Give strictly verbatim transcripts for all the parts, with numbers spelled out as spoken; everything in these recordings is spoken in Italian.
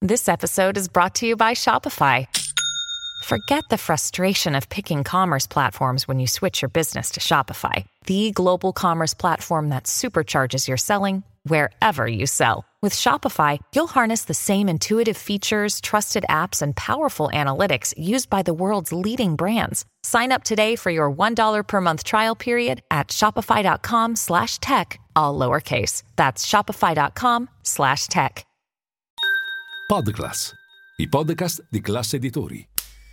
This episode is brought to you by Shopify. Forget the frustration of picking commerce platforms when you switch your business to Shopify, the global commerce platform that supercharges your selling wherever you sell. With Shopify, you'll harness the same intuitive features, trusted apps, and powerful analytics used by the world's leading brands. Sign up today for your one dollar per month trial period at shopify.com slash tech, all lowercase. That's shopify.com slash tech. Podclass, i podcast di Classe Editori.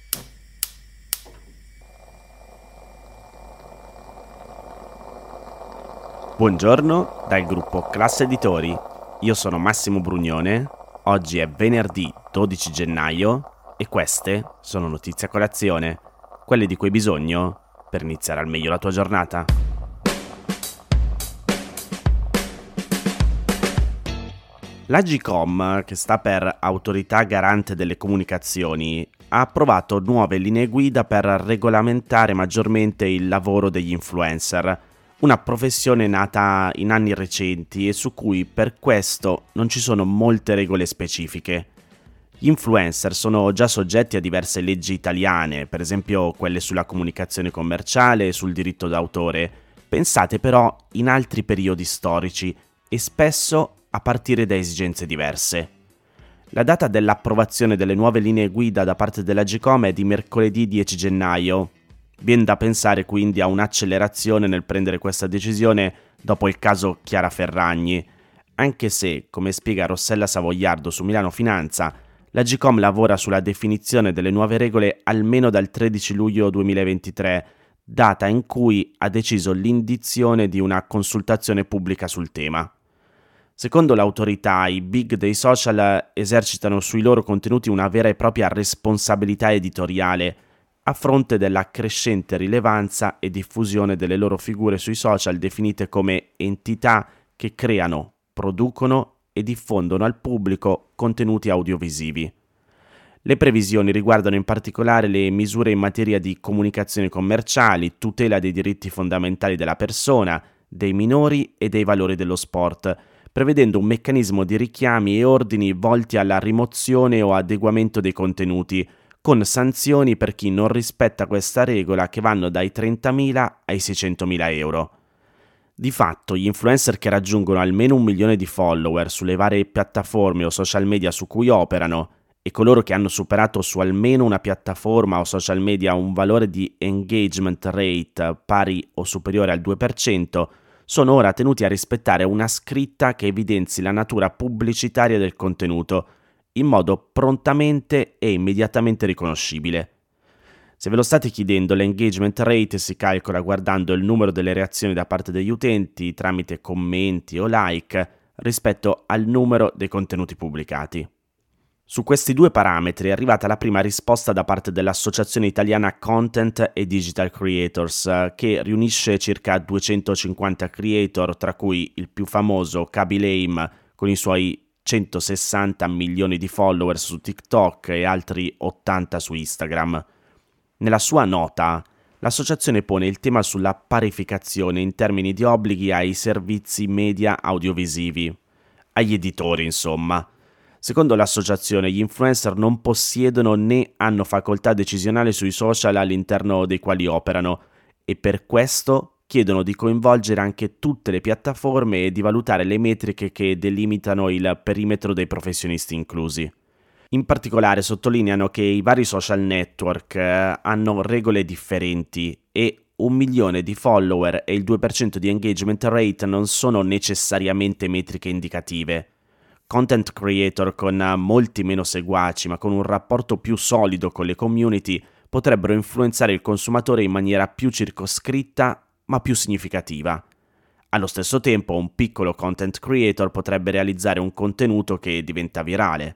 Buongiorno dal gruppo Classe Editori, io sono Massimo Brugnone, oggi è venerdì dodici gennaio e queste sono notizie a colazione, quelle di cui hai bisogno per iniziare al meglio la tua giornata. L'Agcom, che sta per Autorità Garante delle Comunicazioni, ha approvato nuove linee guida per regolamentare maggiormente il lavoro degli influencer, una professione nata in anni recenti e su cui per questo non ci sono molte regole specifiche. Gli influencer sono già soggetti a diverse leggi italiane, per esempio quelle sulla comunicazione commerciale e sul diritto d'autore, pensate però in altri periodi storici e spesso a partire da esigenze diverse. La data dell'approvazione delle nuove linee guida da parte dell'Agcom è di mercoledì dieci gennaio. Viene da pensare quindi a un'accelerazione nel prendere questa decisione dopo il caso Chiara Ferragni, anche se, come spiega Rossella Savoiardo su Milano Finanza, l'Agcom lavora sulla definizione delle nuove regole almeno dal tredici luglio duemilaventitré, data in cui ha deciso l'indizione di una consultazione pubblica sul tema. Secondo l'autorità, i big dei social esercitano sui loro contenuti una vera e propria responsabilità editoriale, a fronte della crescente rilevanza e diffusione delle loro figure sui social definite come entità che creano, producono e diffondono al pubblico contenuti audiovisivi. Le previsioni riguardano in particolare le misure in materia di comunicazioni commerciali, tutela dei diritti fondamentali della persona, dei minori e dei valori dello sport, prevedendo un meccanismo di richiami e ordini volti alla rimozione o adeguamento dei contenuti, con sanzioni per chi non rispetta questa regola che vanno dai trentamila ai seicentomila euro. Di fatto, gli influencer che raggiungono almeno un milione di follower sulle varie piattaforme o social media su cui operano e coloro che hanno superato su almeno una piattaforma o social media un valore di engagement rate pari o superiore al due per cento sono ora tenuti a rispettare una scritta che evidenzi la natura pubblicitaria del contenuto, in modo prontamente e immediatamente riconoscibile. Se ve lo state chiedendo, l'engagement rate si calcola guardando il numero delle reazioni da parte degli utenti tramite commenti o like rispetto al numero dei contenuti pubblicati. Su questi due parametri è arrivata la prima risposta da parte dell'Associazione Italiana Content e Digital Creators, che riunisce circa duecentocinquanta creator, tra cui il più famoso Khaby Lame con i suoi centosessanta milioni di follower su TikTok e altri ottanta su Instagram. Nella sua nota, l'associazione pone il tema sulla parificazione in termini di obblighi ai servizi media audiovisivi, agli editori insomma. Secondo l'associazione, gli influencer non possiedono né hanno facoltà decisionale sui social all'interno dei quali operano e per questo chiedono di coinvolgere anche tutte le piattaforme e di valutare le metriche che delimitano il perimetro dei professionisti inclusi. In particolare sottolineano che i vari social network eh, hanno regole differenti e un milione di follower e il due per cento di engagement rate non sono necessariamente metriche indicative. Content creator con molti meno seguaci ma con un rapporto più solido con le community potrebbero influenzare il consumatore in maniera più circoscritta ma più significativa. Allo stesso tempo, un piccolo content creator potrebbe realizzare un contenuto che diventa virale.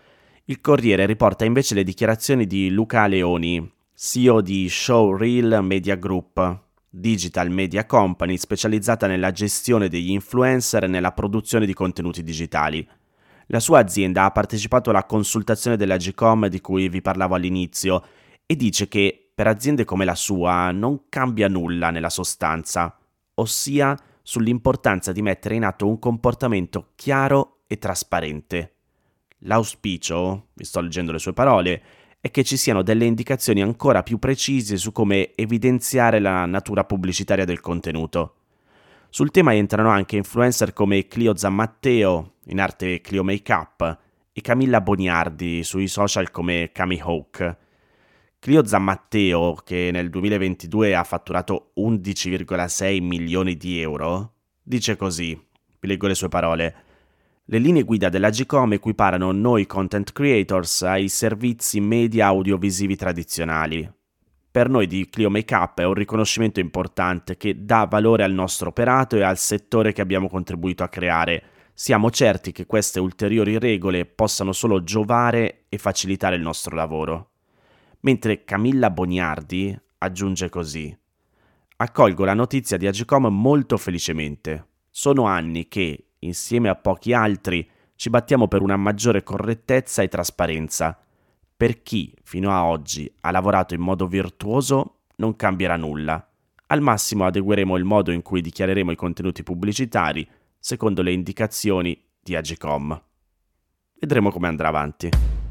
Il Corriere riporta invece le dichiarazioni di Luca Leoni, C E O di Showreel Media Group, digital media company specializzata nella gestione degli influencer e nella produzione di contenuti digitali. La sua azienda ha partecipato alla consultazione dell'Agcom di cui vi parlavo all'inizio e dice che per aziende come la sua non cambia nulla nella sostanza, ossia sull'importanza di mettere in atto un comportamento chiaro e trasparente. L'auspicio, vi sto leggendo le sue parole, è che ci siano delle indicazioni ancora più precise su come evidenziare la natura pubblicitaria del contenuto. Sul tema entrano anche influencer come Clio Zammatteo, in arte Clio Makeup, e Camilla Boniardi sui social come Cami Hawk. Clio Zammatteo, che nel duemilaventidue ha fatturato undici virgola sei milioni di euro, dice così, vi leggo le sue parole: le linee guida dell'Agcom equiparano noi content creators ai servizi media audiovisivi tradizionali. Per noi di Clio Makeup è un riconoscimento importante che dà valore al nostro operato e al settore che abbiamo contribuito a creare. Siamo certi che queste ulteriori regole possano solo giovare e facilitare il nostro lavoro. Mentre Camilla Boniardi aggiunge così: accolgo la notizia di Agcom molto felicemente. Sono anni che, insieme a pochi altri, ci battiamo per una maggiore correttezza e trasparenza. Per chi, fino a oggi, ha lavorato in modo virtuoso, non cambierà nulla. Al massimo adegueremo il modo in cui dichiareremo i contenuti pubblicitari, secondo le indicazioni di Agcom. Vedremo come andrà avanti.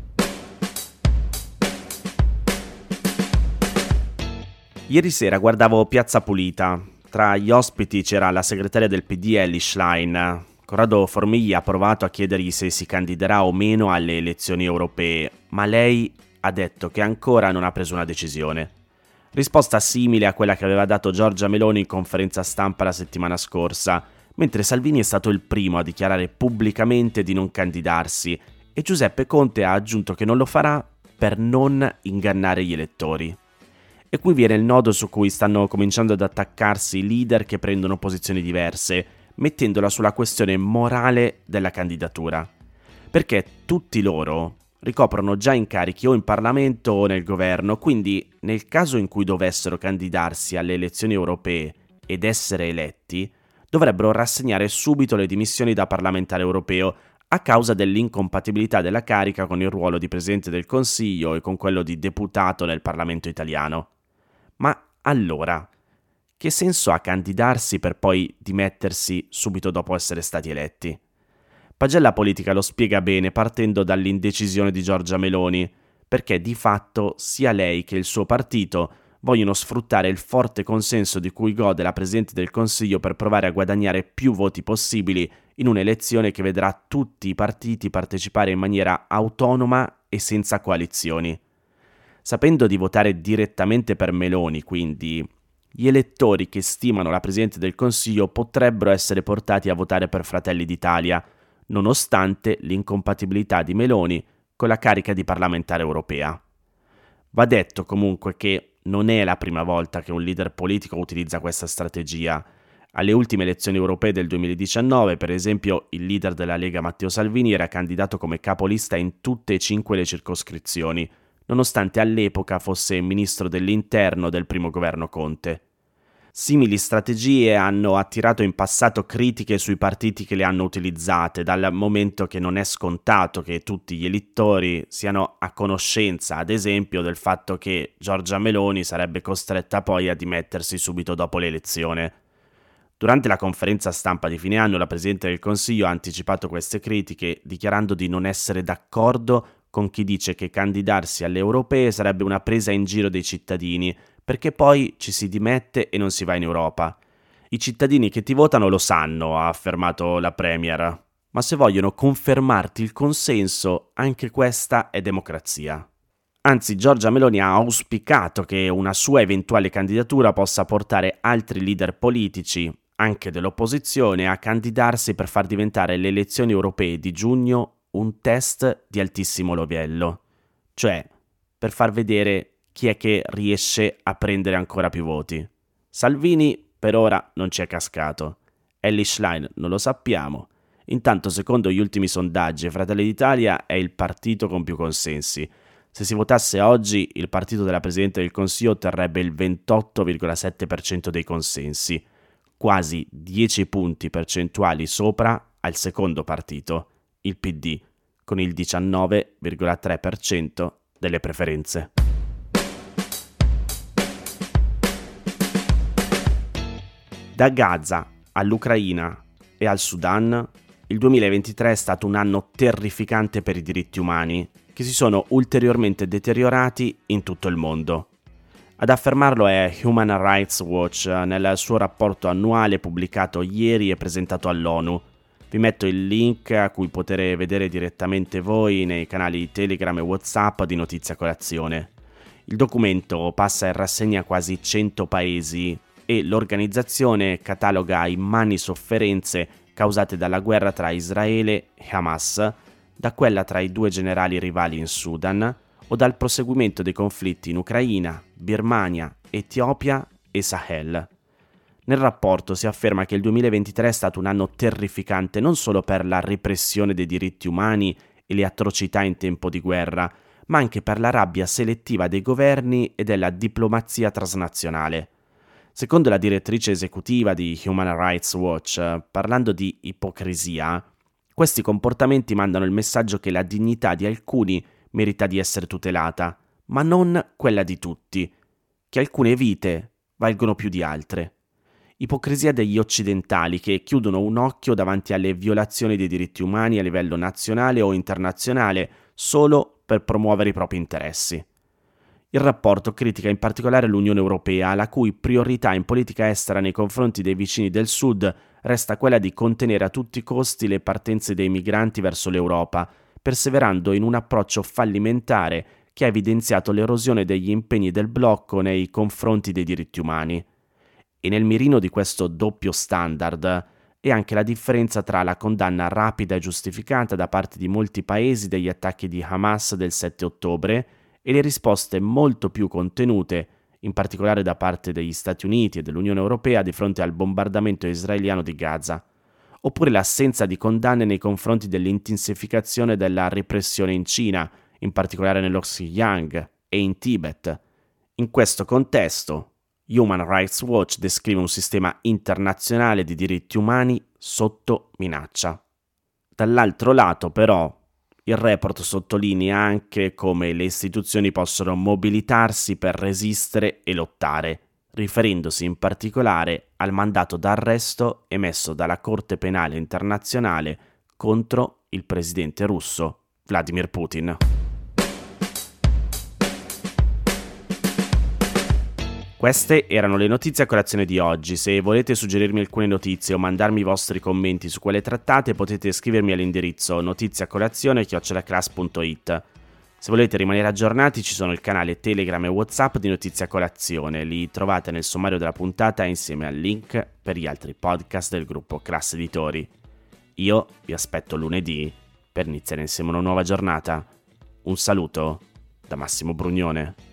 Ieri sera guardavo Piazza Pulita. Tra gli ospiti c'era la segretaria del P D Elly Schlein. Corrado Formiglia ha provato a chiedergli se si candiderà o meno alle elezioni europee, ma lei ha detto che ancora non ha preso una decisione. Risposta simile a quella che aveva dato Giorgia Meloni in conferenza stampa la settimana scorsa, mentre Salvini è stato il primo a dichiarare pubblicamente di non candidarsi e Giuseppe Conte ha aggiunto che non lo farà per non ingannare gli elettori. E qui viene il nodo su cui stanno cominciando ad attaccarsi i leader che prendono posizioni diverse, mettendola sulla questione morale della candidatura. Perché tutti loro ricoprono già incarichi o in Parlamento o nel governo, quindi nel caso in cui dovessero candidarsi alle elezioni europee ed essere eletti, dovrebbero rassegnare subito le dimissioni da parlamentare europeo a causa dell'incompatibilità della carica con il ruolo di Presidente del Consiglio e con quello di deputato nel Parlamento italiano. Ma allora, che senso ha candidarsi per poi dimettersi subito dopo essere stati eletti? Pagella Politica lo spiega bene partendo dall'indecisione di Giorgia Meloni, perché di fatto sia lei che il suo partito vogliono sfruttare il forte consenso di cui gode la Presidente del Consiglio per provare a guadagnare più voti possibili in un'elezione che vedrà tutti i partiti partecipare in maniera autonoma e senza coalizioni. Sapendo di votare direttamente per Meloni, quindi, gli elettori che stimano la Presidente del Consiglio potrebbero essere portati a votare per Fratelli d'Italia, nonostante l'incompatibilità di Meloni con la carica di parlamentare europea. Va detto comunque che non è la prima volta che un leader politico utilizza questa strategia. Alle ultime elezioni europee del duemiladiciannove, per esempio, il leader della Lega Matteo Salvini era candidato come capolista in tutte e cinque le circoscrizioni, nonostante all'epoca fosse ministro dell'interno del primo governo Conte. Simili strategie hanno attirato in passato critiche sui partiti che le hanno utilizzate, dal momento che non è scontato che tutti gli elettori siano a conoscenza, ad esempio, del fatto che Giorgia Meloni sarebbe costretta poi a dimettersi subito dopo l'elezione. Durante la conferenza stampa di fine anno, la Presidente del Consiglio ha anticipato queste critiche, dichiarando di non essere d'accordo con chi dice che candidarsi alle europee sarebbe una presa in giro dei cittadini, perché poi ci si dimette e non si va in Europa. I cittadini che ti votano lo sanno, ha affermato la Premier, ma se vogliono confermarti il consenso, anche questa è democrazia. Anzi, Giorgia Meloni ha auspicato che una sua eventuale candidatura possa portare altri leader politici, anche dell'opposizione, a candidarsi per far diventare le elezioni europee di giugno un test di altissimo livello, cioè per far vedere chi è che riesce a prendere ancora più voti. Salvini per ora non ci è cascato, Elly Schlein non lo sappiamo, intanto secondo gli ultimi sondaggi Fratelli d'Italia è il partito con più consensi. Se si votasse oggi il partito della Presidente del Consiglio otterrebbe il ventotto virgola sette per cento dei consensi, quasi dieci punti percentuali sopra al secondo partito, il P D, con il diciannove virgola tre per cento delle preferenze. Da Gaza all'Ucraina e al Sudan, il duemilaventitré è stato un anno terrificante per i diritti umani, che si sono ulteriormente deteriorati in tutto il mondo. Ad affermarlo è Human Rights Watch nel suo rapporto annuale pubblicato ieri e presentato all'ONU. Vi metto il link a cui poter vedere direttamente voi nei canali Telegram e WhatsApp di Notizia Colazione. Il documento passa in rassegna quasi cento paesi e l'organizzazione cataloga immani sofferenze causate dalla guerra tra Israele e Hamas, da quella tra i due generali rivali in Sudan o dal proseguimento dei conflitti in Ucraina, Birmania, Etiopia e Sahel. Nel rapporto si afferma che il duemilaventitré è stato un anno terrificante non solo per la repressione dei diritti umani e le atrocità in tempo di guerra, ma anche per la rabbia selettiva dei governi e della diplomazia transnazionale. Secondo la direttrice esecutiva di Human Rights Watch, parlando di ipocrisia, questi comportamenti mandano il messaggio che la dignità di alcuni merita di essere tutelata, ma non quella di tutti, che alcune vite valgono più di altre. Ipocrisia degli occidentali che chiudono un occhio davanti alle violazioni dei diritti umani a livello nazionale o internazionale solo per promuovere i propri interessi. Il rapporto critica in particolare l'Unione Europea, la cui priorità in politica estera nei confronti dei vicini del Sud resta quella di contenere a tutti i costi le partenze dei migranti verso l'Europa, perseverando in un approccio fallimentare che ha evidenziato l'erosione degli impegni del blocco nei confronti dei diritti umani. E nel mirino di questo doppio standard è anche la differenza tra la condanna rapida e giustificata da parte di molti paesi degli attacchi di Hamas del sette ottobre e le risposte molto più contenute, in particolare da parte degli Stati Uniti e dell'Unione Europea di fronte al bombardamento israeliano di Gaza, oppure l'assenza di condanne nei confronti dell'intensificazione della repressione in Cina, in particolare nello Xinjiang e in Tibet. In questo contesto, Human Rights Watch descrive un sistema internazionale di diritti umani sotto minaccia. Dall'altro lato, però, il report sottolinea anche come le istituzioni possono mobilitarsi per resistere e lottare, riferendosi in particolare al mandato d'arresto emesso dalla Corte Penale Internazionale contro il presidente russo Vladimir Putin. Queste erano le notizie a colazione di oggi. Se volete suggerirmi alcune notizie o mandarmi i vostri commenti su quelle trattate, potete scrivermi all'indirizzo notiziacolazione chiocciola class punto it. Se volete rimanere aggiornati, ci sono il canale Telegram e WhatsApp di Notizia Colazione. Li trovate nel sommario della puntata insieme al link per gli altri podcast del gruppo Class Editori. Io vi aspetto lunedì per iniziare insieme una nuova giornata. Un saluto da Massimo Brugnone.